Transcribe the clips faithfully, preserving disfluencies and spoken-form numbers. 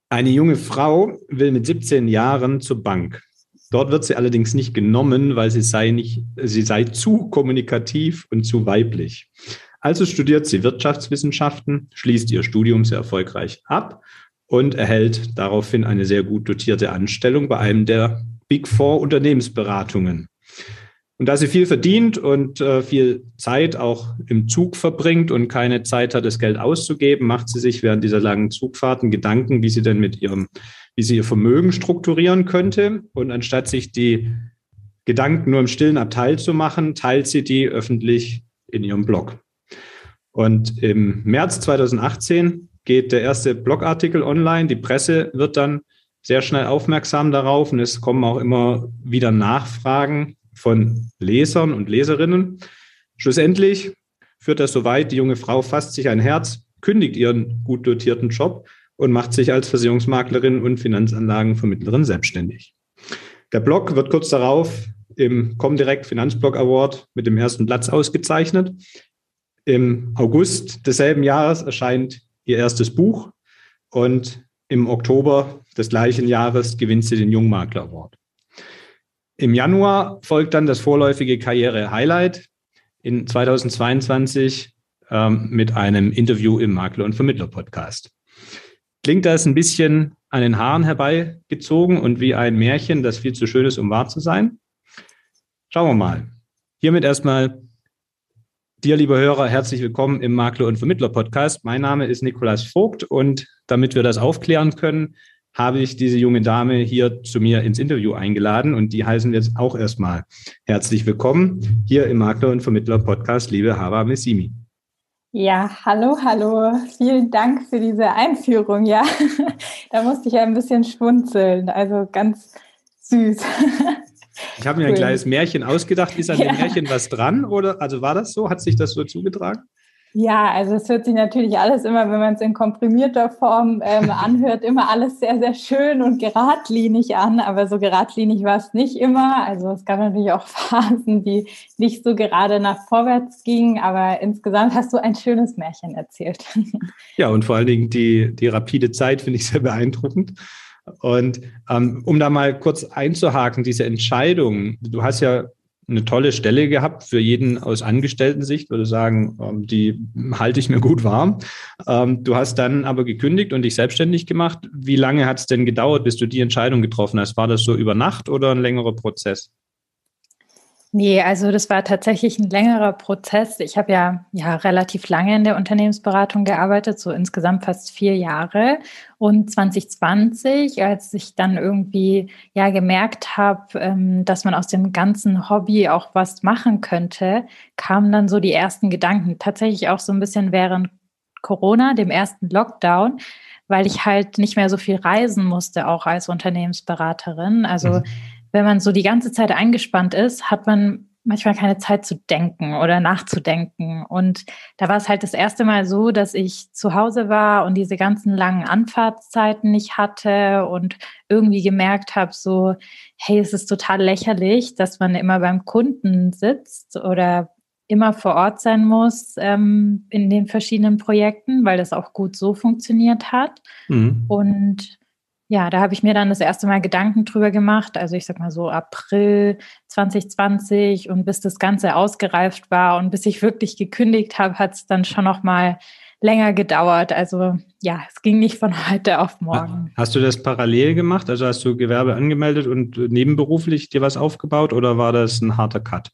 Eine junge Frau will mit siebzehn Jahren zur Bank. Dort wird sie allerdings nicht genommen, weil sie sei, nicht, sie sei zu kommunikativ und zu weiblich. Also studiert sie Wirtschaftswissenschaften, schließt ihr Studium sehr erfolgreich ab und erhält daraufhin eine sehr gut dotierte Anstellung bei einem der Big Four Unternehmensberatungen. Und da sie viel verdient und äh, viel Zeit auch im Zug verbringt und keine Zeit hat, das Geld auszugeben, macht sie sich während dieser langen Zugfahrten Gedanken, wie sie denn mit ihrem, wie sie ihr Vermögen strukturieren könnte. Und anstatt sich die Gedanken nur im stillen Abteil zu machen, teilt sie die öffentlich in ihrem Blog. Und im März zweitausendachtzehn geht der erste Blogartikel online. Die Presse wird dann sehr schnell aufmerksam darauf und es kommen auch immer wieder Nachfragen von Lesern und Leserinnen. Schlussendlich führt das so weit, die junge Frau fasst sich ein Herz, kündigt ihren gut dotierten Job und macht sich als Versicherungsmaklerin und Finanzanlagenvermittlerin selbstständig. Der Blog wird kurz darauf im Comdirect Finanzblog Award mit dem ersten Platz ausgezeichnet. Im August desselben Jahres erscheint ihr erstes Buch und im Oktober des gleichen Jahres gewinnt sie den Jungmakler Award. Im Januar folgt dann das vorläufige Karriere-Highlight in zweitausendzweiundzwanzig ähm, mit einem Interview im Makler- und Vermittler-Podcast. Klingt das ein bisschen an den Haaren herbeigezogen und wie ein Märchen, das viel zu schön ist, um wahr zu sein? Schauen wir mal. Hiermit erstmal dir, lieber Hörer, herzlich willkommen im Makler- und Vermittler-Podcast. Mein Name ist Nikolaus Vogt und damit wir das aufklären können, habe ich diese junge Dame hier zu mir ins Interview eingeladen und die heißen wir jetzt auch erstmal herzlich willkommen hier im Makler- und Vermittler-Podcast, liebe Hava Messimi. Ja, hallo, hallo. Vielen Dank für diese Einführung. Ja, da musste ich ja ein bisschen schmunzeln. Also ganz süß. Ich habe mir cool. ein kleines Märchen ausgedacht. Ist an ja. dem Märchen was dran? Oder also war das so? Hat sich das so zugetragen? Ja, also es hört sich natürlich alles immer, wenn man es in komprimierter Form ähm, anhört, immer alles sehr, sehr schön und geradlinig an. Aber so geradlinig war es nicht immer. Also es gab natürlich auch Phasen, die nicht so gerade nach vorwärts gingen. Aber insgesamt hast du ein schönes Märchen erzählt. Ja, und vor allen Dingen die, die rapide Zeit finde ich sehr beeindruckend. Und ähm, um da mal kurz einzuhaken, diese Entscheidung, du hast ja eine tolle Stelle gehabt für jeden aus Angestellten-Sicht, würde sagen, ähm, die halte ich mir gut warm. Ähm, du hast dann aber gekündigt und dich selbstständig gemacht. Wie lange hat es denn gedauert, bis du die Entscheidung getroffen hast? War das so über Nacht oder ein längerer Prozess? Nee, also das war tatsächlich ein längerer Prozess. Ich habe ja, ja relativ lange in der Unternehmensberatung gearbeitet, so insgesamt fast vier Jahre. Und zwanzig zwanzig, als ich dann irgendwie ja gemerkt habe, ähm, dass man aus dem ganzen Hobby auch was machen könnte, kamen dann so die ersten Gedanken. Tatsächlich auch so ein bisschen während Corona, dem ersten Lockdown, weil ich halt nicht mehr so viel reisen musste, auch als Unternehmensberaterin. Also mhm. wenn man so die ganze Zeit eingespannt ist, hat man manchmal keine Zeit zu denken oder nachzudenken. Und da war es halt das erste Mal so, dass ich zu Hause war und diese ganzen langen Anfahrtszeiten nicht hatte und irgendwie gemerkt habe, so, hey, es ist total lächerlich, dass man immer beim Kunden sitzt oder immer vor Ort sein muss ähm, in den verschiedenen Projekten, weil das auch gut so funktioniert hat. Mhm. Und ja, da habe ich mir dann das erste Mal Gedanken drüber gemacht, also ich sag mal so April zwanzig zwanzig und bis das Ganze ausgereift war und bis ich wirklich gekündigt habe, hat es dann schon noch mal länger gedauert. Also ja, es ging nicht von heute auf morgen. Hast du das parallel gemacht? Also hast du Gewerbe angemeldet und nebenberuflich dir was aufgebaut oder war das ein harter Cut?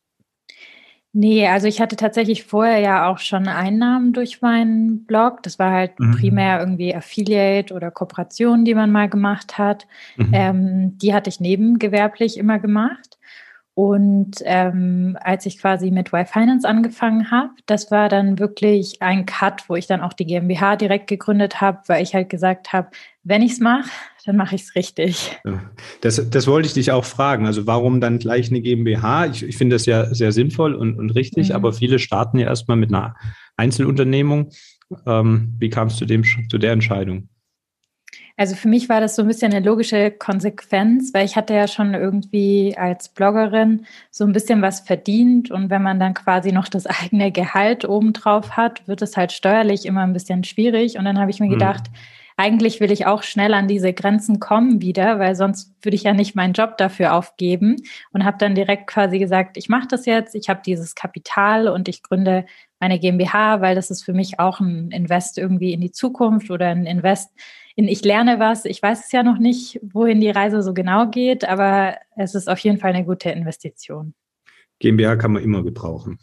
Nee, also ich hatte tatsächlich vorher ja auch schon Einnahmen durch meinen Blog. Das war halt mhm. primär irgendwie Affiliate oder Kooperation, die man mal gemacht hat. Mhm. Ähm, die hatte ich nebengewerblich immer gemacht. Und ähm, als ich quasi mit Y-Finance angefangen habe, das war dann wirklich ein Cut, wo ich dann auch die GmbH direkt gegründet habe, weil ich halt gesagt habe, wenn ich es mache, dann mache ich es richtig. Ja, das, das wollte ich dich auch fragen. Also warum dann gleich eine GmbH? Ich, ich finde das ja sehr sinnvoll und, und richtig, mhm. aber viele starten ja erstmal mit einer Einzelunternehmung. Ähm, wie kamst du dem, zu der Entscheidung? Also für mich war das so ein bisschen eine logische Konsequenz, weil ich hatte ja schon irgendwie als Bloggerin so ein bisschen was verdient und wenn man dann quasi noch das eigene Gehalt obendrauf hat, wird es halt steuerlich immer ein bisschen schwierig und dann habe ich mir gedacht, eigentlich will ich auch schnell an diese Grenzen kommen wieder, weil sonst würde ich ja nicht meinen Job dafür aufgeben und habe dann direkt quasi gesagt, ich mache das jetzt, ich habe dieses Kapital und ich gründe meine GmbH, weil das ist für mich auch ein Invest irgendwie in die Zukunft oder ein Invest in ich lerne was. Ich weiß es ja noch nicht, wohin die Reise so genau geht, aber es ist auf jeden Fall eine gute Investition. GmbH kann man immer gebrauchen.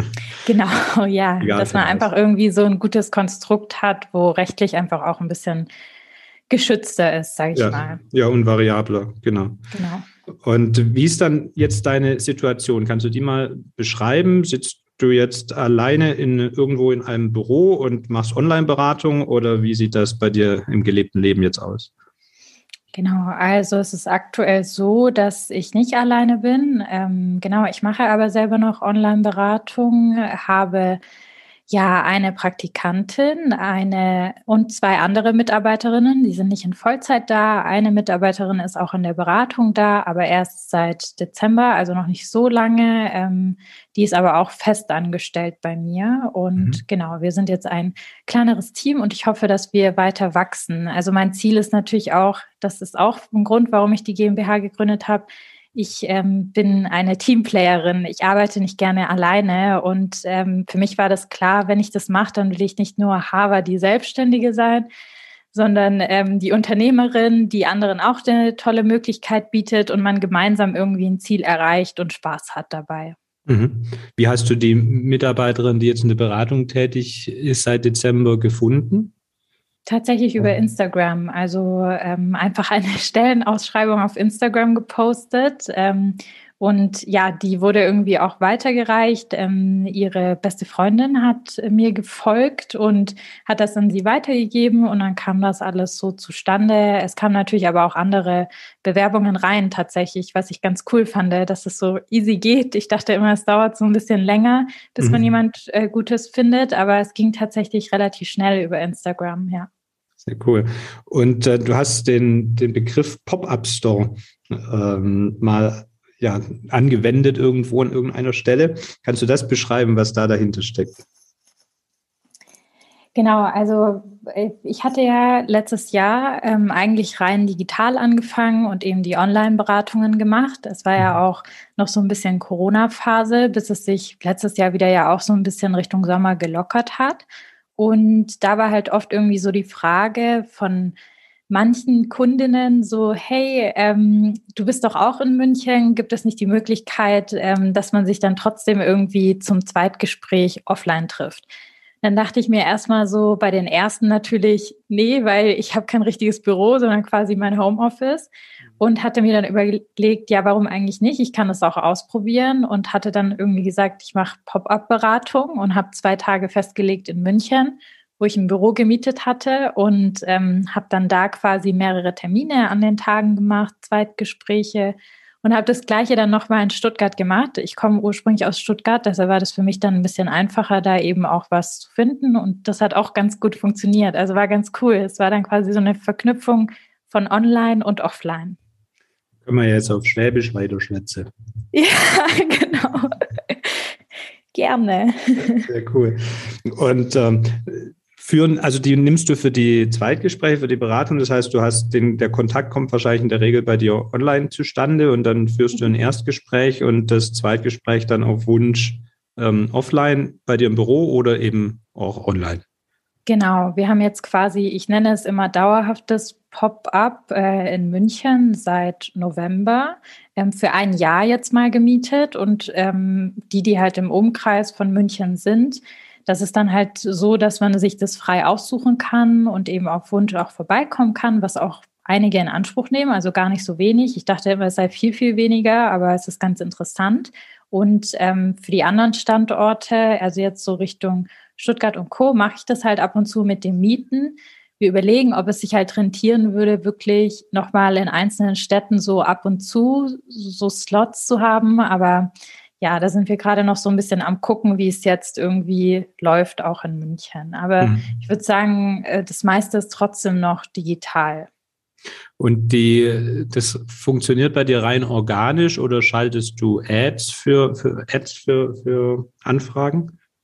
Genau, ja, Egal, dass man einfach irgendwie so ein gutes Konstrukt hat, wo rechtlich einfach auch ein bisschen geschützter ist, sage ich ja, mal. Ja, und variabler, genau. Genau. Und wie ist dann jetzt deine Situation? Kannst du die mal beschreiben? Sitzt du jetzt alleine in, irgendwo in einem Büro und machst Online-Beratung oder wie sieht das bei dir im gelebten Leben jetzt aus? Genau, also es ist aktuell so, dass ich nicht alleine bin. Ähm, genau, ich mache aber selber noch Online-Beratung, habe ja eine Praktikantin, eine und zwei andere Mitarbeiterinnen, die sind nicht in Vollzeit da. Eine Mitarbeiterin ist auch in der Beratung da, aber erst seit Dezember, also noch nicht so lange. Ähm, die ist aber auch fest angestellt bei mir. Und Mhm. genau, wir sind jetzt ein kleineres Team und ich hoffe, dass wir weiter wachsen. Also mein Ziel ist natürlich auch, das ist auch ein Grund, warum ich die GmbH gegründet habe. Ich ähm, bin eine Teamplayerin. Ich arbeite nicht gerne alleine. Und ähm, für mich war das klar, wenn ich das mache, dann will ich nicht nur Hava, die Selbstständige sein, sondern ähm, die Unternehmerin, die anderen auch eine tolle Möglichkeit bietet und man gemeinsam irgendwie ein Ziel erreicht und Spaß hat dabei. Mhm. Wie hast du die Mitarbeiterin, die jetzt in der Beratung tätig ist, seit Dezember gefunden? Tatsächlich über Instagram, also ähm, einfach eine Stellenausschreibung auf Instagram gepostet ähm, und ja, die wurde irgendwie auch weitergereicht. Ähm, ihre beste Freundin hat mir gefolgt und hat das an sie weitergegeben und dann kam das alles so zustande. Es kamen natürlich aber auch andere Bewerbungen rein tatsächlich, was ich ganz cool fand, dass es so easy geht. Ich dachte immer, es dauert so ein bisschen länger, bis mhm. man jemand äh, Gutes findet, aber es ging tatsächlich relativ schnell über Instagram, ja. Sehr cool. Und äh, du hast den, den Begriff Pop-up-Store ähm, mal ja, angewendet irgendwo an irgendeiner Stelle. Kannst du das beschreiben, was da dahinter steckt? Genau, also ich hatte ja letztes Jahr ähm, eigentlich rein digital angefangen und eben die Online-Beratungen gemacht. Es war ja auch noch so ein bisschen Corona-Phase, bis es sich letztes Jahr wieder ja auch so ein bisschen Richtung Sommer gelockert hat. Und da war halt oft irgendwie so die Frage von manchen Kundinnen so, hey, ähm, du bist doch auch in München, gibt es nicht die Möglichkeit, ähm, dass man sich dann trotzdem irgendwie zum Zweitgespräch offline trifft? Dann dachte ich mir erstmal so bei den ersten natürlich, nee, weil ich habe kein richtiges Büro, sondern quasi mein Homeoffice. Und hatte mir dann überlegt, ja, warum eigentlich nicht? Ich kann das auch ausprobieren und hatte dann irgendwie gesagt, ich mache Pop-up-Beratung und habe zwei Tage festgelegt in München, wo ich ein Büro gemietet hatte und ähm, habe dann da quasi mehrere Termine an den Tagen gemacht, Zweitgespräche und habe das Gleiche dann nochmal in Stuttgart gemacht. Ich komme ursprünglich aus Stuttgart, deshalb war das für mich dann ein bisschen einfacher, da eben auch was zu finden und das hat auch ganz gut funktioniert. Also war ganz cool. Es war dann quasi so eine Verknüpfung von Online und Offline. Können wir jetzt auf Schwäbisch weiterschwätzen. Ja, genau. Gerne. Sehr cool. Und ähm, führen, also die nimmst du für die Zweitgespräche, für die Beratung. Das heißt, du hast den, der Kontakt kommt wahrscheinlich in der Regel bei dir online zustande und dann führst du ein Erstgespräch und das Zweitgespräch dann auf Wunsch ähm, offline bei dir im Büro oder eben auch online. Genau, wir haben jetzt quasi, ich nenne es immer dauerhaftes Pop-up äh, in München seit November ähm, für ein Jahr jetzt mal gemietet und ähm, die, die halt im Umkreis von München sind, das ist dann halt so, dass man sich das frei aussuchen kann und eben auf Wunsch auch vorbeikommen kann, was auch einige in Anspruch nehmen, also gar nicht so wenig. Ich dachte immer, es sei viel, viel weniger, aber es ist ganz interessant. Und ähm, für die anderen Standorte, also jetzt so Richtung Stuttgart und Co., mache ich das halt ab und zu mit den Mieten. Wir überlegen, ob es sich halt rentieren würde, wirklich nochmal in einzelnen Städten so ab und zu so Slots zu haben. Aber ja, da sind wir gerade noch so ein bisschen am gucken, wie es jetzt irgendwie läuft, auch in München. Aber mhm. ich würde sagen, das meiste ist trotzdem noch digital. Und die, das funktioniert bei dir rein organisch oder schaltest du Ads für, für Ads für, für Anfragen?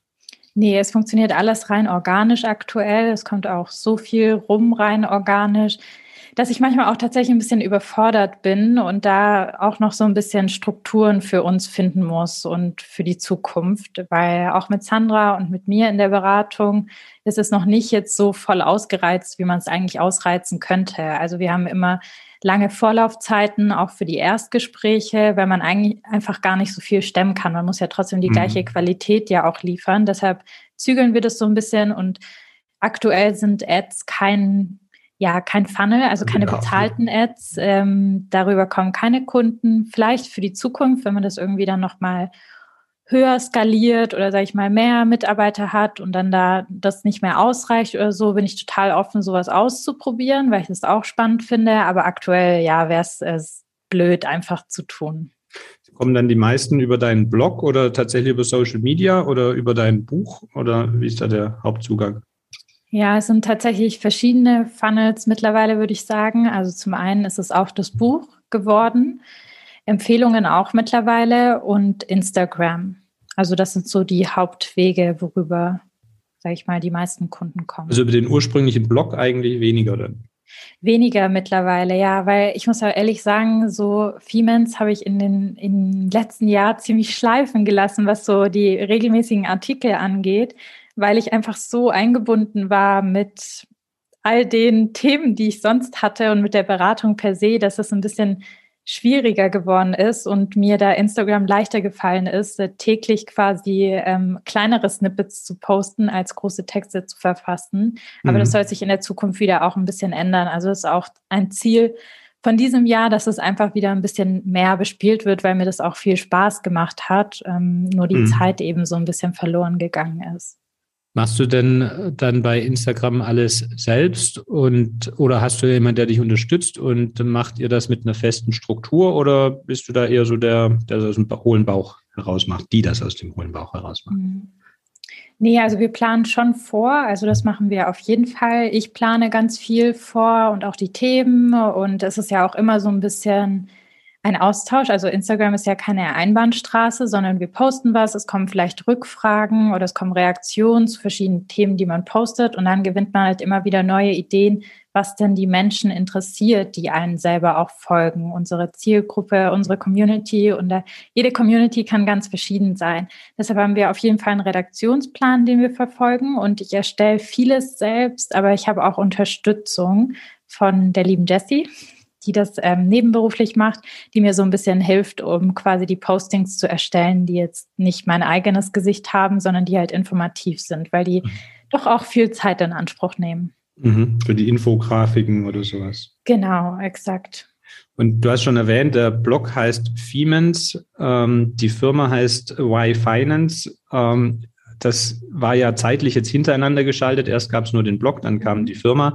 Nee, es funktioniert alles rein organisch aktuell. Es kommt auch so viel rum rein organisch, dass ich manchmal auch tatsächlich ein bisschen überfordert bin und da auch noch so ein bisschen Strukturen für uns finden muss und für die Zukunft, weil auch mit Sandra und mit mir in der Beratung ist es noch nicht jetzt so voll ausgereizt, wie man es eigentlich ausreizen könnte. Also wir haben immer lange Vorlaufzeiten, auch für die Erstgespräche, weil man eigentlich einfach gar nicht so viel stemmen kann. Man muss ja trotzdem die gleiche Mhm. Qualität ja auch liefern. Deshalb zügeln wir das so ein bisschen und aktuell sind Ads kein, ja, kein Funnel, also keine Ja. bezahlten Ads. Ähm, darüber kommen keine Kunden. Vielleicht für die Zukunft, wenn man das irgendwie dann nochmal höher skaliert oder, sage ich mal, mehr Mitarbeiter hat und dann da das nicht mehr ausreicht oder so, bin ich total offen, sowas auszuprobieren, weil ich das auch spannend finde. Aber aktuell, ja, wäre es blöd, einfach zu tun. Kommen dann die meisten über deinen Blog oder tatsächlich über Social Media oder über dein Buch? Oder wie ist da der Hauptzugang? Ja, es sind tatsächlich verschiedene Funnels mittlerweile, würde ich sagen. Also zum einen ist es auch das Buch geworden, Empfehlungen auch mittlerweile und Instagram. Also das sind so die Hauptwege, worüber, sage ich mal, die meisten Kunden kommen. Also über den ursprünglichen Blog eigentlich weniger dann? Weniger mittlerweile, ja, weil ich muss ja ehrlich sagen, so Femens habe ich in den im letzten Jahr ziemlich schleifen gelassen, was so die regelmäßigen Artikel angeht, weil ich einfach so eingebunden war mit all den Themen, die ich sonst hatte und mit der Beratung per se, dass es ein bisschen schwieriger geworden ist und mir da Instagram leichter gefallen ist, täglich quasi ähm, kleinere Snippets zu posten, als große Texte zu verfassen. Aber Mhm. das soll sich in der Zukunft wieder auch ein bisschen ändern. Also das ist auch ein Ziel von diesem Jahr, dass es einfach wieder ein bisschen mehr bespielt wird, weil mir das auch viel Spaß gemacht hat, ähm, nur die Mhm. Zeit eben so ein bisschen verloren gegangen ist. Machst du denn dann bei Instagram alles selbst und oder hast du jemanden, der dich unterstützt und macht ihr das mit einer festen Struktur oder bist du da eher so der, der das aus dem hohlen Bauch heraus macht, die das aus dem hohlen Bauch heraus macht? Mhm. Nee, also wir planen schon vor, also das machen wir auf jeden Fall. Ich plane ganz viel vor und auch die Themen und es ist ja auch immer so ein bisschen ein Austausch. Also Instagram ist ja keine Einbahnstraße, sondern wir posten was, es kommen vielleicht Rückfragen oder es kommen Reaktionen zu verschiedenen Themen, die man postet und dann gewinnt man halt immer wieder neue Ideen, was denn die Menschen interessiert, die einen selber auch folgen. Unsere Zielgruppe, unsere Community und da, jede Community kann ganz verschieden sein. Deshalb haben wir auf jeden Fall einen Redaktionsplan, den wir verfolgen und ich erstelle vieles selbst, aber ich habe auch Unterstützung von der lieben Jessie, die das ähm, nebenberuflich macht, die mir so ein bisschen hilft, um quasi die Postings zu erstellen, die jetzt nicht mein eigenes Gesicht haben, sondern die halt informativ sind, weil die mhm. doch auch viel Zeit in Anspruch nehmen. Mhm, für die Infografiken oder sowas. Genau, exakt. Und du hast schon erwähnt, der Blog heißt Femens, ähm, die Firma heißt Y Finance. Ähm, das war ja zeitlich jetzt hintereinander geschaltet. Erst gab es nur den Blog, dann kam die Firma.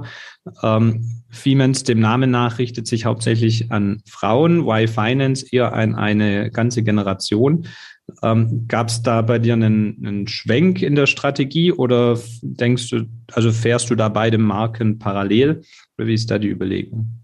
Ähm, Femens, dem Namen nach, richtet sich hauptsächlich an Frauen. Y Finance eher an eine ganze Generation. Ähm, gab es da bei dir einen, einen Schwenk in der Strategie oder denkst du, also fährst du da beide Marken parallel? Oder wie ist da die Überlegung?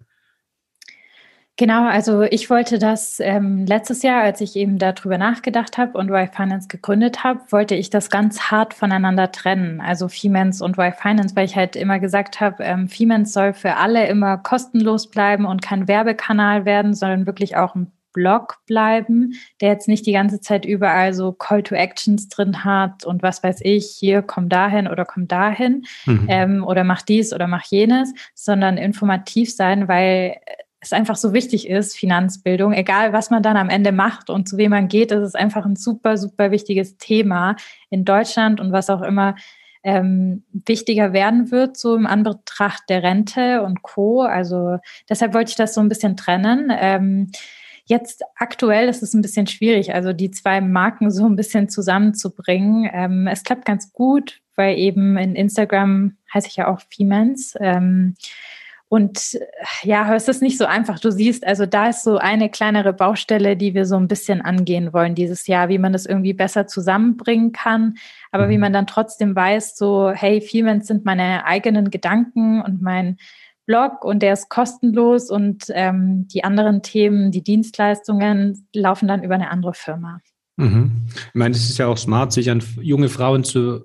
Genau, also ich wollte das ähm, letztes Jahr, als ich eben darüber nachgedacht habe und Y Finance gegründet habe, wollte ich das ganz hart voneinander trennen, also Femens und Y Finance, weil ich halt immer gesagt habe, ähm, Femens soll für alle immer kostenlos bleiben und kein Werbekanal werden, sondern wirklich auch ein Blog bleiben, der jetzt nicht die ganze Zeit überall so Call to Actions drin hat und was weiß ich, hier komm dahin oder komm dahin mhm. ähm, oder mach dies oder mach jenes, sondern informativ sein, weil es einfach so wichtig ist, Finanzbildung, egal was man dann am Ende macht und zu wem man geht, das ist einfach ein super, super wichtiges Thema in Deutschland und was auch immer ähm, wichtiger werden wird, so im Anbetracht der Rente und Co. Also deshalb wollte ich das so ein bisschen trennen. Ähm, jetzt aktuell ist es ein bisschen schwierig, also die zwei Marken so ein bisschen zusammenzubringen. Ähm, es klappt ganz gut, weil eben in Instagram heiße ich ja auch Femens. Ähm, Und ja, es ist nicht so einfach. Du siehst, also da ist so eine kleinere Baustelle, die wir so ein bisschen angehen wollen dieses Jahr, wie man das irgendwie besser zusammenbringen kann, aber wie man dann trotzdem weiß, so hey, Femens sind meine eigenen Gedanken und mein Blog und der ist kostenlos und ähm, die anderen Themen, die Dienstleistungen laufen dann über eine andere Firma. Mhm. Ich meine, es ist ja auch smart, sich an junge Frauen zu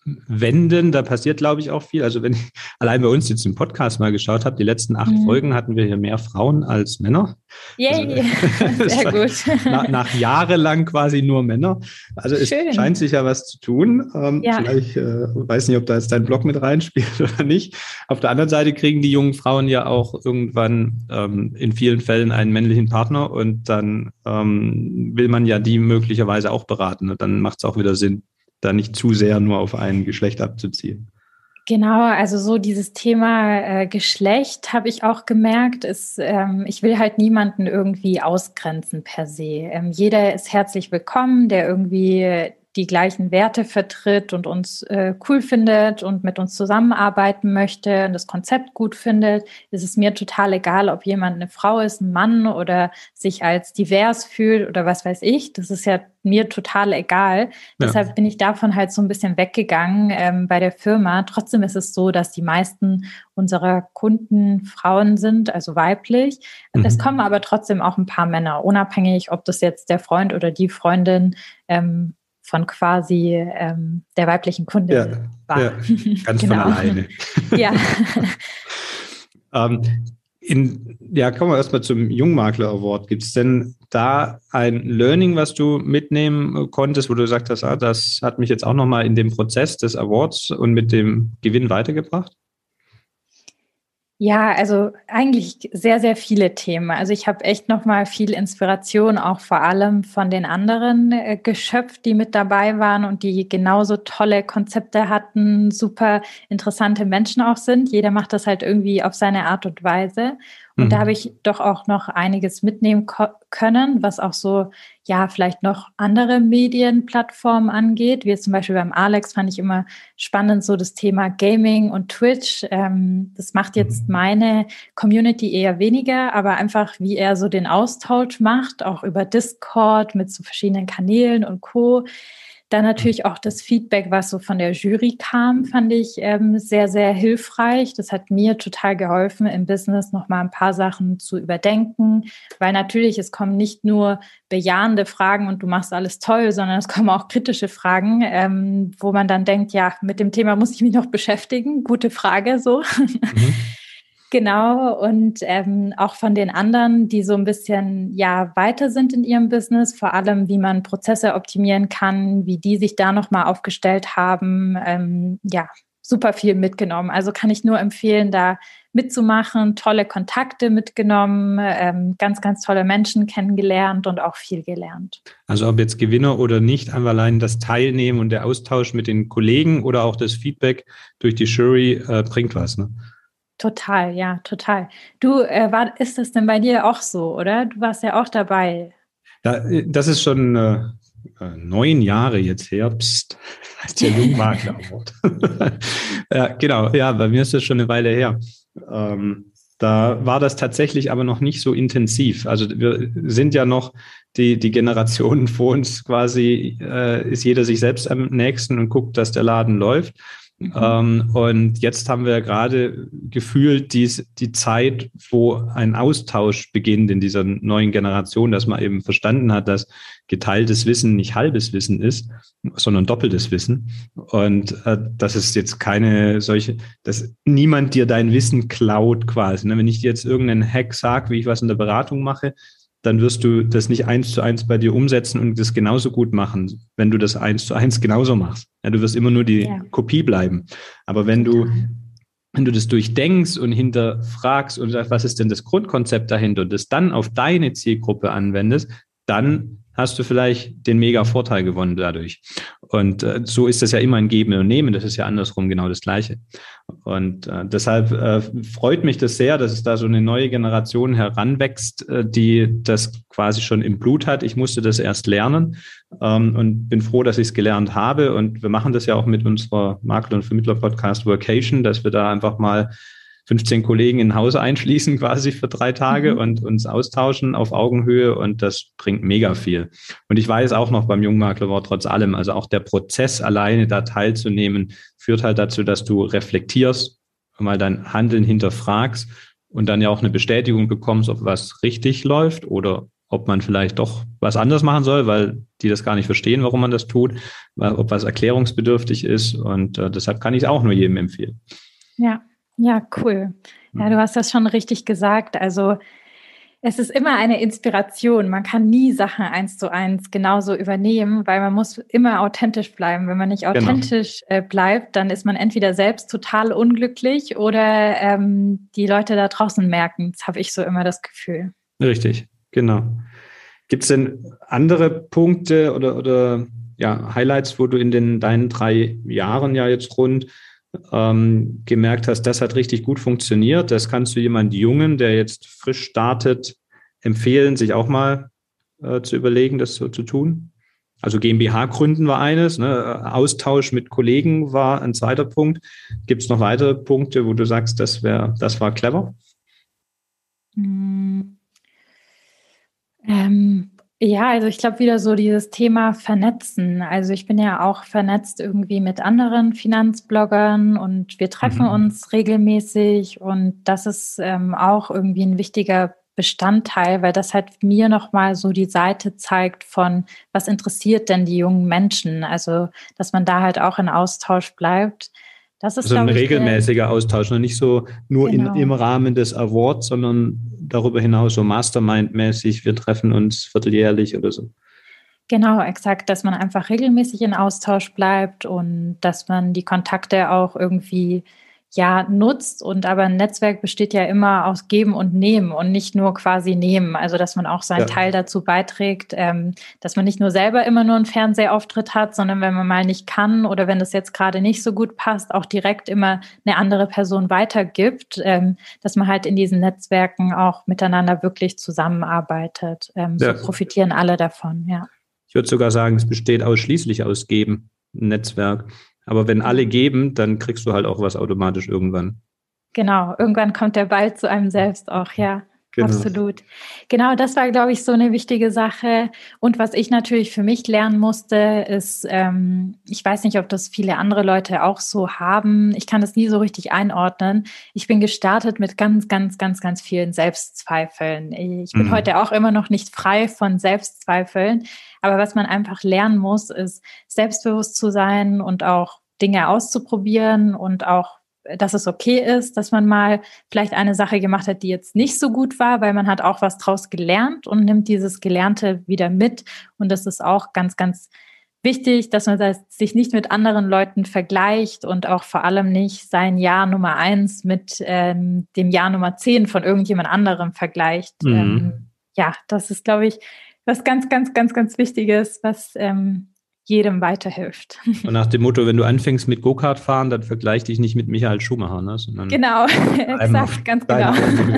wenden. Da passiert, glaube ich, auch viel. Also wenn ich allein bei uns jetzt im Podcast mal geschaut habe, die letzten acht mhm. Folgen hatten wir hier mehr Frauen als Männer. Yay, also, sehr gut. Nach, nach jahrelang quasi nur Männer. Also es Schön. scheint sich ja was zu tun. Ähm, ja. Vielleicht, äh, weiß nicht, ob da jetzt dein Blog mit reinspielt oder nicht. Auf der anderen Seite kriegen die jungen Frauen ja auch irgendwann ähm, in vielen Fällen einen männlichen Partner und dann ähm, will man ja die möglicherweise auch beraten. Und dann macht es auch wieder Sinn, da nicht zu sehr nur auf ein Geschlecht abzuziehen. Genau, also so dieses Thema äh, Geschlecht habe ich auch gemerkt, ist, ähm, ich will halt niemanden irgendwie ausgrenzen per se. Ähm, jeder ist herzlich willkommen, der irgendwie die gleichen Werte vertritt und uns äh, cool findet und mit uns zusammenarbeiten möchte und das Konzept gut findet. Es ist mir total egal, ob jemand eine Frau ist, ein Mann oder sich als divers fühlt oder was weiß ich. Das ist ja mir total egal. Ja. Deshalb bin ich davon halt so ein bisschen weggegangen ähm, bei der Firma. Trotzdem ist es so, dass die meisten unserer Kunden Frauen sind, also weiblich. Mhm. Es kommen aber trotzdem auch ein paar Männer, unabhängig, ob das jetzt der Freund oder die Freundin ähm, von quasi ähm, der weiblichen Kundin ja, war. Ja, ganz genau. Von alleine. Ja. ähm, in, ja, kommen wir erstmal zum Jungmakler Award. Gibt es denn da ein Learning, was du mitnehmen konntest, wo du gesagt hast, ah, das hat mich jetzt auch nochmal in dem Prozess des Awards und mit dem Gewinn weitergebracht? Ja, also eigentlich sehr, sehr viele Themen. Also ich habe echt nochmal viel Inspiration auch vor allem von den anderen äh, geschöpft, die mit dabei waren und die genauso tolle Konzepte hatten, super interessante Menschen auch sind. Jeder macht das halt irgendwie auf seine Art und Weise. Und mhm. da habe ich doch auch noch einiges mitnehmen ko- können, was auch so, ja, vielleicht noch andere Medienplattformen angeht. Wie jetzt zum Beispiel beim Alex fand ich immer spannend so das Thema Gaming und Twitch. Ähm, das macht jetzt meine Community eher weniger, aber einfach wie er so den Austausch macht, auch über Discord mit so verschiedenen Kanälen und Co. Dann natürlich auch das Feedback, was so von der Jury kam, fand ich ähm, sehr, sehr hilfreich. Das hat mir total geholfen, im Business nochmal ein paar Sachen zu überdenken, weil natürlich, es kommen nicht nur bejahende Fragen und du machst alles toll, sondern es kommen auch kritische Fragen, ähm, wo man dann denkt, ja, mit dem Thema muss ich mich noch beschäftigen. Gute Frage, so. Mhm. Genau, und ähm, auch von den anderen, die so ein bisschen ja weiter sind in ihrem Business, vor allem wie man Prozesse optimieren kann, wie die sich da nochmal aufgestellt haben, ähm, ja, super viel mitgenommen. Also kann ich nur empfehlen, da mitzumachen, tolle Kontakte mitgenommen, ähm, ganz, ganz tolle Menschen kennengelernt und auch viel gelernt. Also ob jetzt Gewinner oder nicht, einfach allein das Teilnehmen und der Austausch mit den Kollegen oder auch das Feedback durch die Jury äh, bringt was, ne? Total, ja, total. Du, äh, war, ist das denn bei dir auch so, oder? Du warst ja auch dabei. Ja, das ist schon äh, neun Jahre jetzt her. Psst, heißt ja Jungmakler Award. Ja, genau, ja, bei mir ist das schon eine Weile her. Ähm, da war das tatsächlich aber noch nicht so intensiv. Also wir sind ja noch die, die Generationen vor uns quasi, äh, ist jeder sich selbst am nächsten und guckt, dass der Laden läuft. Mhm. Ähm, und jetzt haben wir gerade gefühlt dies, die Zeit, wo ein Austausch beginnt in dieser neuen Generation, dass man eben verstanden hat, dass geteiltes Wissen nicht halbes Wissen ist, sondern doppeltes Wissen. Und äh, dass es jetzt keine solche, dass niemand dir dein Wissen klaut quasi. Ne? Wenn ich dir jetzt irgendeinen Hack sage, wie ich was in der Beratung mache, dann wirst du das nicht eins zu eins bei dir umsetzen und das genauso gut machen, wenn du das eins zu eins genauso machst. Ja, du wirst immer nur die ja. Kopie bleiben. Aber wenn du, wenn du das durchdenkst und hinterfragst und sagst, was ist denn das Grundkonzept dahinter und das dann auf deine Zielgruppe anwendest, dann hast du vielleicht den mega Vorteil gewonnen dadurch. Und äh, so ist das ja immer ein Geben und Nehmen. Das ist ja andersrum genau das Gleiche. Und äh, deshalb äh, freut mich das sehr, dass es da so eine neue Generation heranwächst, äh, die das quasi schon im Blut hat. Ich musste das erst lernen ähm, und bin froh, dass ich es gelernt habe. Und wir machen das ja auch mit unserer Makler- und Vermittler-Podcast Workation, dass wir da einfach mal fünfzehn Kollegen in ein Haus einschließen quasi für drei Tage mhm. und uns austauschen auf Augenhöhe und das bringt mega viel. Und ich weiß auch noch beim Jungmakler Award trotz allem, also auch der Prozess alleine da teilzunehmen, führt halt dazu, dass du reflektierst, mal dein Handeln hinterfragst und dann ja auch eine Bestätigung bekommst, ob was richtig läuft oder ob man vielleicht doch was anderes machen soll, weil die das gar nicht verstehen, warum man das tut, weil, ob was erklärungsbedürftig ist. Und äh, deshalb kann ich es auch nur jedem empfehlen. Ja, ja, cool. Ja, du hast das schon richtig gesagt. Also es ist immer eine Inspiration. Man kann nie Sachen eins zu eins genauso übernehmen, weil man muss immer authentisch bleiben. Wenn man nicht authentisch genau. äh, bleibt, dann ist man entweder selbst total unglücklich oder ähm, die Leute da draußen merken. Das habe ich so immer das Gefühl. Richtig, genau. Gibt es denn andere Punkte oder, oder ja, Highlights, wo du in den deinen drei Jahren ja jetzt rund ähm, gemerkt hast, das hat richtig gut funktioniert? Das kannst du jemand Jungen, der jetzt frisch startet, empfehlen, sich auch mal äh, zu überlegen, das so zu tun? Also GmbH gründen war eines, ne? Austausch mit Kollegen war ein zweiter Punkt. Gibt es noch weitere Punkte, wo du sagst, das wäre, das war clever? Hm. Ähm, ja, also ich glaube wieder so dieses Thema Vernetzen. Also ich bin ja auch vernetzt irgendwie mit anderen Finanzbloggern und wir treffen mhm. uns regelmäßig und das ist ähm, auch irgendwie ein wichtiger Bestandteil, weil das halt mir nochmal so die Seite zeigt von, was interessiert denn die jungen Menschen? Also, dass man da halt auch in Austausch bleibt. Das ist, also ein ich, regelmäßiger der, Austausch, ne? Nicht so nur genau. in, im Rahmen des Awards, sondern darüber hinaus so Mastermind-mäßig, wir treffen uns vierteljährlich oder so. Genau, exakt, dass man einfach regelmäßig in Austausch bleibt und dass man die Kontakte auch irgendwie ja nutzt. Und aber ein Netzwerk besteht ja immer aus Geben und Nehmen und nicht nur quasi Nehmen. Also dass man auch seinen ja. Teil dazu beiträgt, ähm, dass man nicht nur selber immer nur einen Fernsehauftritt hat, sondern wenn man mal nicht kann oder wenn das jetzt gerade nicht so gut passt, auch direkt immer eine andere Person weitergibt, ähm, dass man halt in diesen Netzwerken auch miteinander wirklich zusammenarbeitet. Ähm, ja. So profitieren alle davon, ja. Ich würde sogar sagen, es besteht ausschließlich aus Geben, ein Netzwerk. Aber wenn alle geben, dann kriegst du halt auch was automatisch irgendwann. Genau, irgendwann kommt der Ball zu einem selbst auch, ja. Genau. Absolut. Genau, das war, glaube ich, so eine wichtige Sache. Und was ich natürlich für mich lernen musste, ist, ähm, ich weiß nicht, ob das viele andere Leute auch so haben. Ich kann das nie so richtig einordnen. Ich bin gestartet mit ganz, ganz, ganz, ganz vielen Selbstzweifeln. Ich bin mhm. heute auch immer noch nicht frei von Selbstzweifeln. Aber was man einfach lernen muss, ist, selbstbewusst zu sein und auch Dinge auszuprobieren und auch, dass es okay ist, dass man mal vielleicht eine Sache gemacht hat, die jetzt nicht so gut war, weil man hat auch was draus gelernt und nimmt dieses Gelernte wieder mit. Und das ist auch ganz, ganz wichtig, dass man sich nicht mit anderen Leuten vergleicht und auch vor allem nicht sein Jahr Nummer eins mit ähm, dem Jahr Nummer zehn von irgendjemand anderem vergleicht. Mhm. Ähm, ja, das ist, glaube ich, was ganz, ganz, ganz, ganz Wichtiges, was ähm, jedem weiterhilft. Und nach dem Motto, wenn du anfängst mit Go-Kart fahren, dann vergleich dich nicht mit Michael Schumacher, ne? Sondern genau, exakt, ganz genau.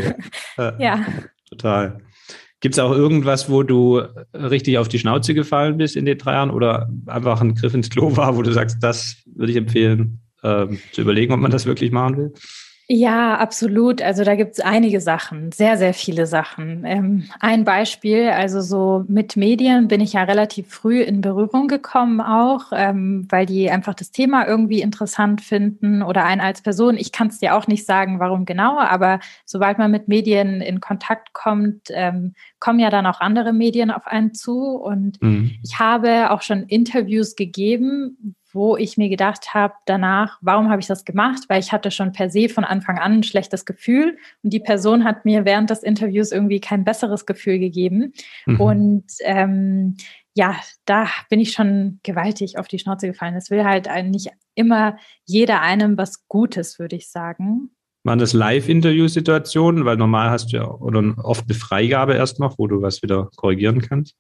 Ja, ja, total. Gibt es auch irgendwas, wo du richtig auf die Schnauze gefallen bist in den drei Jahren oder einfach ein Griff ins Klo war, wo du sagst, das würde ich empfehlen, ähm, zu überlegen, ob man das wirklich machen will? Ja, absolut. Also da gibt es einige Sachen, sehr, sehr viele Sachen. Ähm, ein Beispiel, also so mit Medien bin ich ja relativ früh in Berührung gekommen auch, ähm, weil die einfach das Thema irgendwie interessant finden oder einen als Person. Ich kann es dir auch nicht sagen, warum genau, aber sobald man mit Medien in Kontakt kommt, ähm, kommen ja dann auch andere Medien auf einen zu. Und mhm. ich habe auch schon Interviews gegeben, wo ich mir gedacht habe danach, warum habe ich das gemacht? Weil ich hatte schon per se von Anfang an ein schlechtes Gefühl und die Person hat mir während des Interviews irgendwie kein besseres Gefühl gegeben. Mhm. Und ähm, ja, da bin ich schon gewaltig auf die Schnauze gefallen. Es will halt nicht immer jeder einem was Gutes, würde ich sagen. Waren das Live-Interview-Situationen? Weil normal hast du ja oder oft eine Freigabe erst noch, wo du was wieder korrigieren kannst.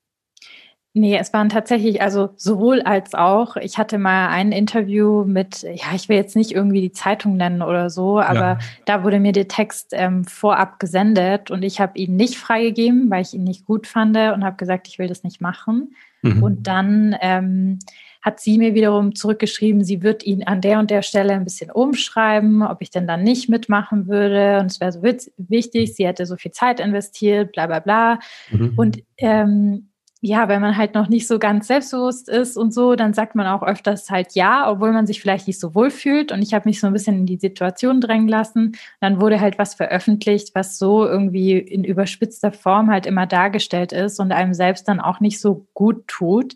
Nee, es waren tatsächlich, also sowohl als auch. Ich hatte mal ein Interview mit, ja, ich will jetzt nicht irgendwie die Zeitung nennen oder so, aber ja. Da wurde mir der Text ähm, vorab gesendet und ich habe ihn nicht freigegeben, weil ich ihn nicht gut fand und habe gesagt, ich will das nicht machen. Mhm. Und dann ähm, hat sie mir wiederum zurückgeschrieben, sie wird ihn an der und der Stelle ein bisschen umschreiben, ob ich denn dann nicht mitmachen würde. Und es wäre so witzig, wichtig, sie hätte so viel Zeit investiert, bla bla bla. Mhm. Und ähm, ja, wenn man halt noch nicht so ganz selbstbewusst ist und so, dann sagt man auch öfters halt ja, obwohl man sich vielleicht nicht so wohl fühlt. Und ich habe mich so ein bisschen in die Situation drängen lassen. Dann wurde halt was veröffentlicht, was so irgendwie in überspitzter Form halt immer dargestellt ist und einem selbst dann auch nicht so gut tut.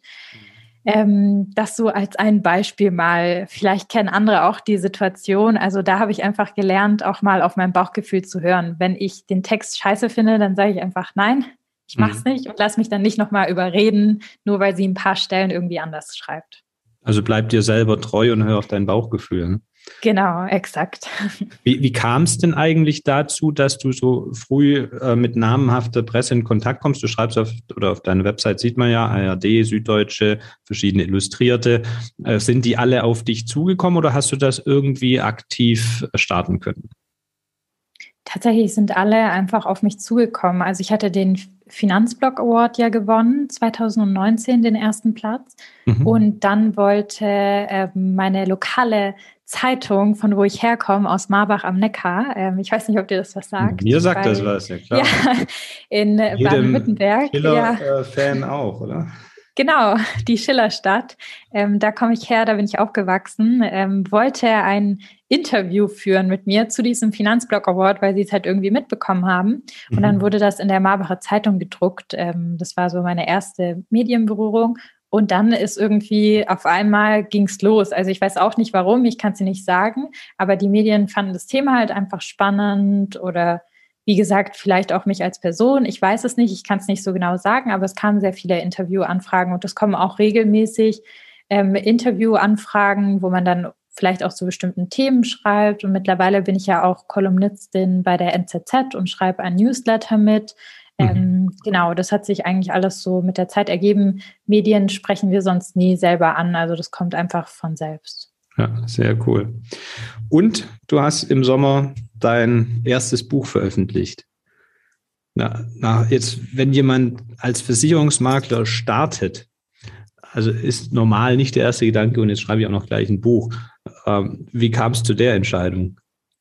Ähm, das so als ein Beispiel mal. Vielleicht kennen andere auch die Situation. Also da habe ich einfach gelernt, auch mal auf mein Bauchgefühl zu hören. Wenn ich den Text scheiße finde, dann sage ich einfach nein, ich mache es Mhm. nicht und lass mich dann nicht nochmal überreden, nur weil sie ein paar Stellen irgendwie anders schreibt. Also bleib dir selber treu und hör auf dein Bauchgefühl. Ne? Genau, exakt. Wie, wie kam es denn eigentlich dazu, dass du so früh äh, mit namenhafter Presse in Kontakt kommst? Du schreibst auf, oder auf deiner Website sieht man ja, A R D, Süddeutsche, verschiedene Illustrierte. Äh, sind die alle auf dich zugekommen oder hast du das irgendwie aktiv starten können? Tatsächlich sind alle einfach auf mich zugekommen. Also ich hatte den Finanzblog Award ja gewonnen, zwanzig neunzehn den ersten Platz. Mhm. Und dann wollte äh, meine lokale Zeitung, von wo ich herkomme, aus Marbach am Neckar, ähm, ich weiß nicht, ob dir das was sagt. Mir sagt das Bei, was, ja ja, klar. in Jedem Baden-Württemberg, ja. Schiller-Fan auch, oder? Genau, die Schillerstadt. Ähm, da komme ich her, da bin ich aufgewachsen. Ähm, wollte ein Interview führen mit mir zu diesem Finanzblog Award, weil sie es halt irgendwie mitbekommen haben. Und dann wurde das in der Marbacher Zeitung gedruckt. Ähm, das war so meine erste Medienberührung. Und dann ist irgendwie auf einmal ging's los. Also ich weiß auch nicht warum, ich kann es dir nicht sagen, aber die Medien fanden das Thema halt einfach spannend oder wie gesagt, vielleicht auch mich als Person. Ich weiß es nicht, ich kann es nicht so genau sagen, aber es kamen sehr viele Interviewanfragen und es kommen auch regelmäßig ähm, Interviewanfragen, wo man dann vielleicht auch zu bestimmten Themen schreibt. Und mittlerweile bin ich ja auch Kolumnistin bei der N Z Z und schreibe ein Newsletter mit. Mhm. Ähm, genau, das hat sich eigentlich alles so mit der Zeit ergeben. Medien sprechen wir sonst nie selber an, also das kommt einfach von selbst. Ja, sehr cool. Und du hast im Sommer dein erstes Buch veröffentlicht. Na, na, jetzt, wenn jemand als Versicherungsmakler startet, also ist normal nicht der erste Gedanke, und jetzt schreibe ich auch noch gleich ein Buch. Ähm, wie kam es zu der Entscheidung?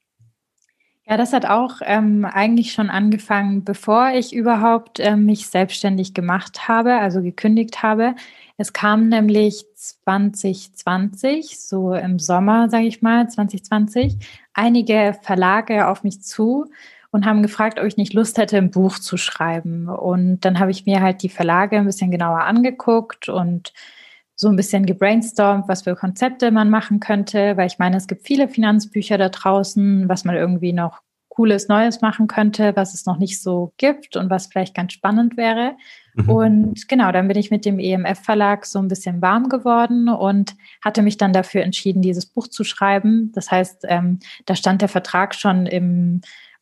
Ja, das hat auch ähm, eigentlich schon angefangen, bevor ich überhaupt ähm, mich selbstständig gemacht habe, also gekündigt habe. Es kam nämlich zwanzig zwanzig, so im Sommer, sage ich mal, zwanzig zwanzig, einige Verlage auf mich zu und haben gefragt, ob ich nicht Lust hätte, ein Buch zu schreiben. Und dann habe ich mir halt die Verlage ein bisschen genauer angeguckt und so ein bisschen gebrainstormt, was für Konzepte man machen könnte, weil ich meine, es gibt viele Finanzbücher da draußen, was man irgendwie noch Cooles Neues machen könnte, was es noch nicht so gibt und was vielleicht ganz spannend wäre. Mhm. Und genau, dann bin ich mit dem E M F-Verlag so ein bisschen warm geworden und hatte mich dann dafür entschieden, dieses Buch zu schreiben. Das heißt, ähm, da stand der Vertrag schon im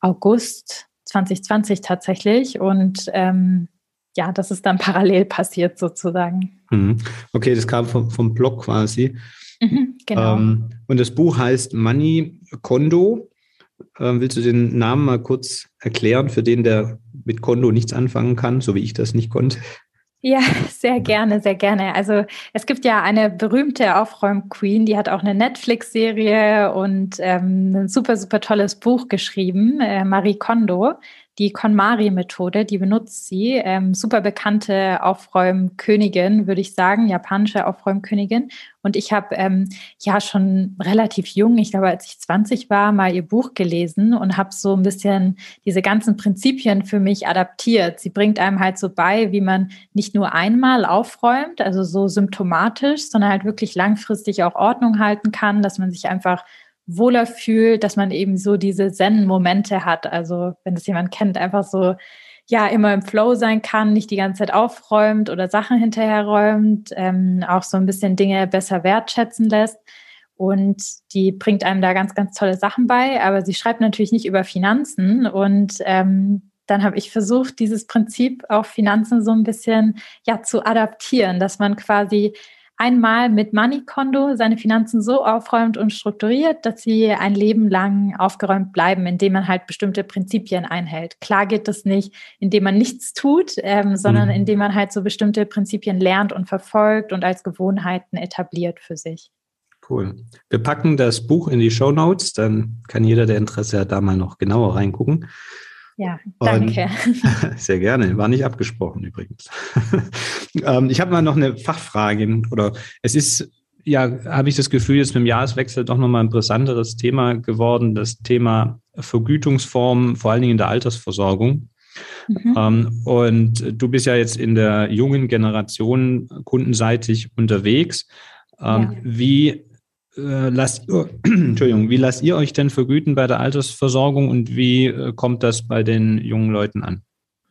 August zwanzig zwanzig tatsächlich und ähm, ja, das ist dann parallel passiert sozusagen. Mhm. Okay, das kam vom, vom Blog quasi. Mhm, genau. Ähm, und das Buch heißt Money Kondo. Ähm, willst du den Namen mal kurz erklären für den, der mit Kondo nichts anfangen kann, so wie ich das nicht konnte? Ja, sehr gerne, sehr gerne. Also es gibt ja eine berühmte Aufräum-Queen, die hat auch eine Netflix-Serie und ähm, ein super, super tolles Buch geschrieben, äh, Marie Kondo. Die KonMari-Methode, die benutzt sie. Ähm, super bekannte Aufräumkönigin, würde ich sagen, japanische Aufräumkönigin. Und ich habe ähm, ja schon relativ jung, ich glaube, als ich zwanzig war, mal ihr Buch gelesen und habe so ein bisschen diese ganzen Prinzipien für mich adaptiert. Sie bringt einem halt so bei, wie man nicht nur einmal aufräumt, also so symptomatisch, sondern halt wirklich langfristig auch Ordnung halten kann, dass man sich einfach wohler fühlt, dass man eben so diese Zen-Momente hat. Also wenn das jemand kennt, einfach so, ja, immer im Flow sein kann, nicht die ganze Zeit aufräumt oder Sachen hinterherräumt, ähm, auch so ein bisschen Dinge besser wertschätzen lässt. Und die bringt einem da ganz, ganz tolle Sachen bei. Aber sie schreibt natürlich nicht über Finanzen. Und ähm, dann habe ich versucht, dieses Prinzip auf Finanzen so ein bisschen ja zu adaptieren, dass man quasi einmal mit Money Kondo seine Finanzen so aufräumt und strukturiert, dass sie ein Leben lang aufgeräumt bleiben, indem man halt bestimmte Prinzipien einhält. Klar geht das nicht, indem man nichts tut, ähm, sondern Mhm. indem man halt so bestimmte Prinzipien lernt und verfolgt und als Gewohnheiten etabliert für sich. Cool. Wir packen das Buch in die Shownotes, dann kann jeder, der Interesse hat, da mal noch genauer reingucken. Ja, danke. Und sehr gerne, war nicht abgesprochen übrigens. ähm, ich habe mal noch eine Fachfrage, oder es ist, ja, habe ich das Gefühl, jetzt mit dem Jahreswechsel doch nochmal ein brisanteres Thema geworden, das Thema Vergütungsformen, vor allen Dingen in der Altersversorgung. Mhm. Ähm, und du bist ja jetzt in der jungen Generation kundenseitig unterwegs. Ähm, ja. Wie äh, lasst ihr, Entschuldigung, wie lasst ihr euch denn vergüten bei der Altersversorgung und wie äh, kommt das bei den jungen Leuten an?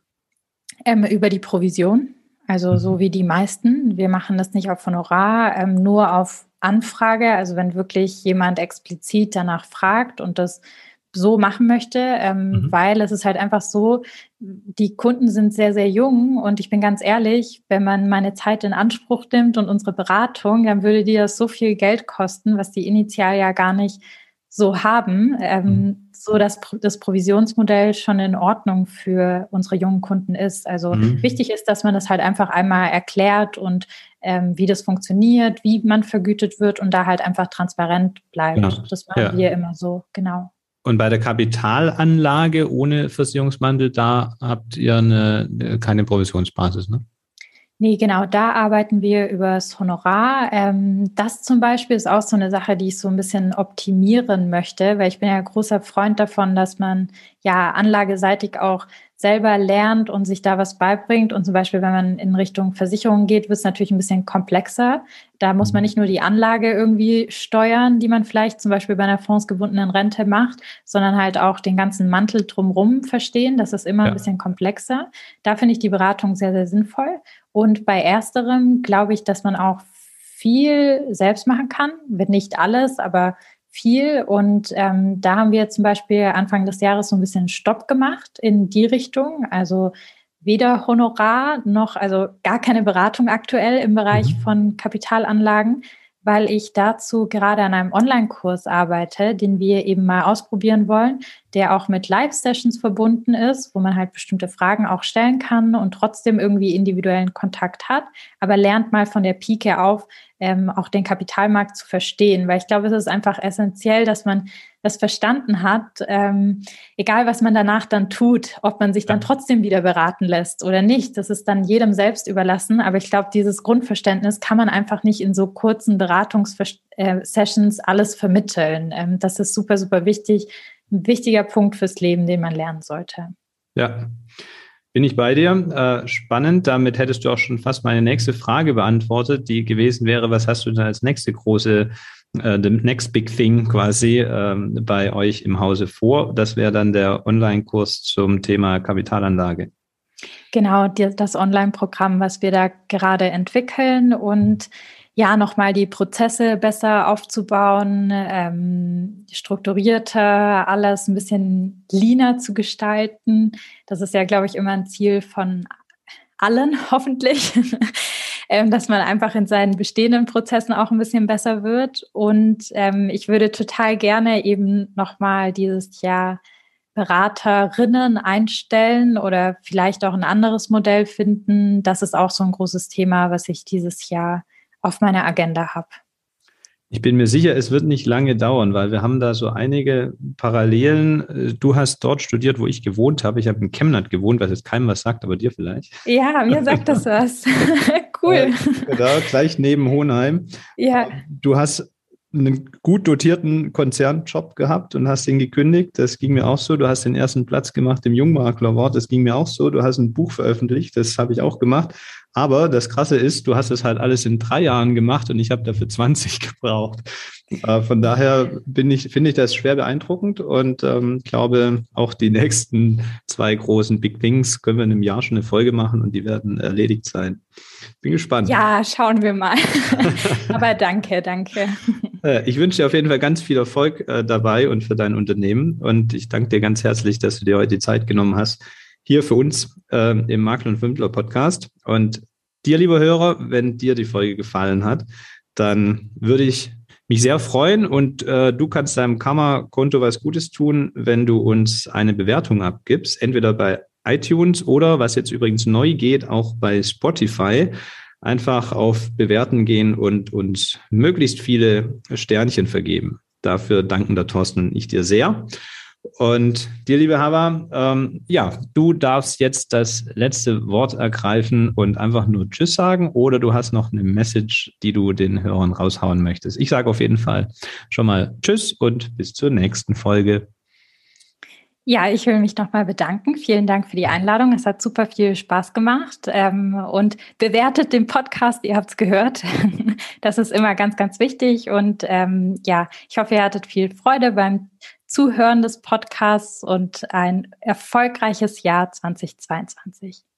Ähm, über die Provision, also mhm. so wie die meisten. Wir machen das nicht auf Honorar, ähm, nur auf Anfrage. Also wenn wirklich jemand explizit danach fragt und das so machen möchte, ähm, mhm. weil es ist halt einfach so, die Kunden sind sehr, sehr jung und ich bin ganz ehrlich, wenn man meine Zeit in Anspruch nimmt und unsere Beratung, dann würde die das so viel Geld kosten, was die initial ja gar nicht so haben, ähm, mhm. so dass das Provisionsmodell schon in Ordnung für unsere jungen Kunden ist. Also mhm. wichtig ist, dass man das halt einfach einmal erklärt und ähm, wie das funktioniert, wie man vergütet wird und da halt einfach transparent bleibt. Ja. Das machen ja. wir immer so, genau. Und bei der Kapitalanlage ohne Versicherungsmantel, da habt ihr eine, keine Provisionsbasis, ne? Nee, genau, da arbeiten wir übers Honorar. Ähm, das zum Beispiel ist auch so eine Sache, die ich so ein bisschen optimieren möchte, weil ich bin ja ein großer Freund davon, dass man ja anlageseitig auch selber lernt und sich da was beibringt. Und zum Beispiel, wenn man in Richtung Versicherungen geht, wird es natürlich ein bisschen komplexer. Da muss man nicht nur die Anlage irgendwie steuern, die man vielleicht zum Beispiel bei einer fondsgebundenen Rente macht, sondern halt auch den ganzen Mantel drumherum verstehen. Das ist immer ja. ein bisschen komplexer. Da finde ich die Beratung sehr, sehr sinnvoll. Und bei ersterem glaube ich, dass man auch viel selbst machen kann. Wird nicht alles, aber viel. Und ähm, da haben wir zum Beispiel Anfang des Jahres so ein bisschen Stopp gemacht in die Richtung. Also weder Honorar noch, also gar keine Beratung aktuell im Bereich mhm. von Kapitalanlagen, weil ich dazu gerade an einem Online-Kurs arbeite, den wir eben mal ausprobieren wollen, der auch mit Live-Sessions verbunden ist, wo man halt bestimmte Fragen auch stellen kann und trotzdem irgendwie individuellen Kontakt hat, aber lernt mal von der Pike auf, ähm, auch den Kapitalmarkt zu verstehen, weil ich glaube, es ist einfach essentiell, dass man das verstanden hat, ähm, egal was man danach dann tut, ob man sich dann trotzdem wieder beraten lässt oder nicht, das ist dann jedem selbst überlassen, aber ich glaube, dieses Grundverständnis kann man einfach nicht in so kurzen Beratungssessions alles vermitteln. Ähm, das ist super, super wichtig, ein wichtiger Punkt fürs Leben, den man lernen sollte. Ja, bin ich bei dir. Äh, spannend. Damit hättest du auch schon fast meine nächste Frage beantwortet, die gewesen wäre, was hast du denn als nächste große, äh, the next big thing quasi äh, bei euch im Hause vor? Das wäre dann der Online-Kurs zum Thema Kapitalanlage. Genau, die, das Online-Programm, was wir da gerade entwickeln und ja, nochmal die Prozesse besser aufzubauen, ähm, strukturierter, alles ein bisschen leaner zu gestalten. Das ist ja, glaube ich, immer ein Ziel von allen, hoffentlich, ähm, dass man einfach in seinen bestehenden Prozessen auch ein bisschen besser wird. Und ähm, ich würde total gerne eben nochmal dieses Jahr Beraterinnen einstellen oder vielleicht auch ein anderes Modell finden. Das ist auch so ein großes Thema, was ich dieses Jahr auf meiner Agenda habe. Ich bin mir sicher, es wird nicht lange dauern, weil wir haben da so einige Parallelen. Du hast dort studiert, wo ich gewohnt habe. Ich habe in Chemnat gewohnt, was jetzt keinem was sagt, aber dir vielleicht. Ja, mir sagt das was. Cool. Äh, genau, gleich neben Hohenheim. Ja. Du hast einen gut dotierten Konzernjob gehabt und hast ihn gekündigt. Das ging mir auch so. Du hast den ersten Platz gemacht im Jungmakler-Award. Das ging mir auch so. Du hast ein Buch veröffentlicht. Das habe ich auch gemacht. Aber das Krasse ist, du hast es halt alles in drei Jahren gemacht und ich habe dafür zwanzig gebraucht. Äh, von daher bin ich, finde ich das schwer beeindruckend und ähm, glaube, auch die nächsten zwei großen Big Things können wir in einem Jahr schon eine Folge machen und die werden erledigt sein. Bin gespannt. Ja, schauen wir mal. Aber danke, danke. Ich wünsche dir auf jeden Fall ganz viel Erfolg äh, dabei und für dein Unternehmen und ich danke dir ganz herzlich, dass du dir heute die Zeit genommen hast, hier für uns äh, im Makler und Vermittler Podcast. Und dir, lieber Hörer, wenn dir die Folge gefallen hat, dann würde ich mich sehr freuen und äh, du kannst deinem Karma-Konto was Gutes tun, wenn du uns eine Bewertung abgibst, entweder bei iTunes oder, was jetzt übrigens neu geht, auch bei Spotify. Einfach auf Bewerten gehen und uns möglichst viele Sternchen vergeben. Dafür danken der Thorsten und ich dir sehr. Und dir, liebe Hava, ähm, ja, du darfst jetzt das letzte Wort ergreifen und einfach nur Tschüss sagen, oder du hast noch eine Message, die du den Hörern raushauen möchtest. Ich sage auf jeden Fall schon mal Tschüss und bis zur nächsten Folge. Ja, ich will mich nochmal bedanken. Vielen Dank für die Einladung. Es hat super viel Spaß gemacht. Ähm, und bewertet den Podcast, ihr habt es gehört. Das ist immer ganz, ganz wichtig. Und ähm, ja, ich hoffe, ihr hattet viel Freude beim Zuhören des Podcasts und ein erfolgreiches Jahr zwanzig zweiundzwanzig.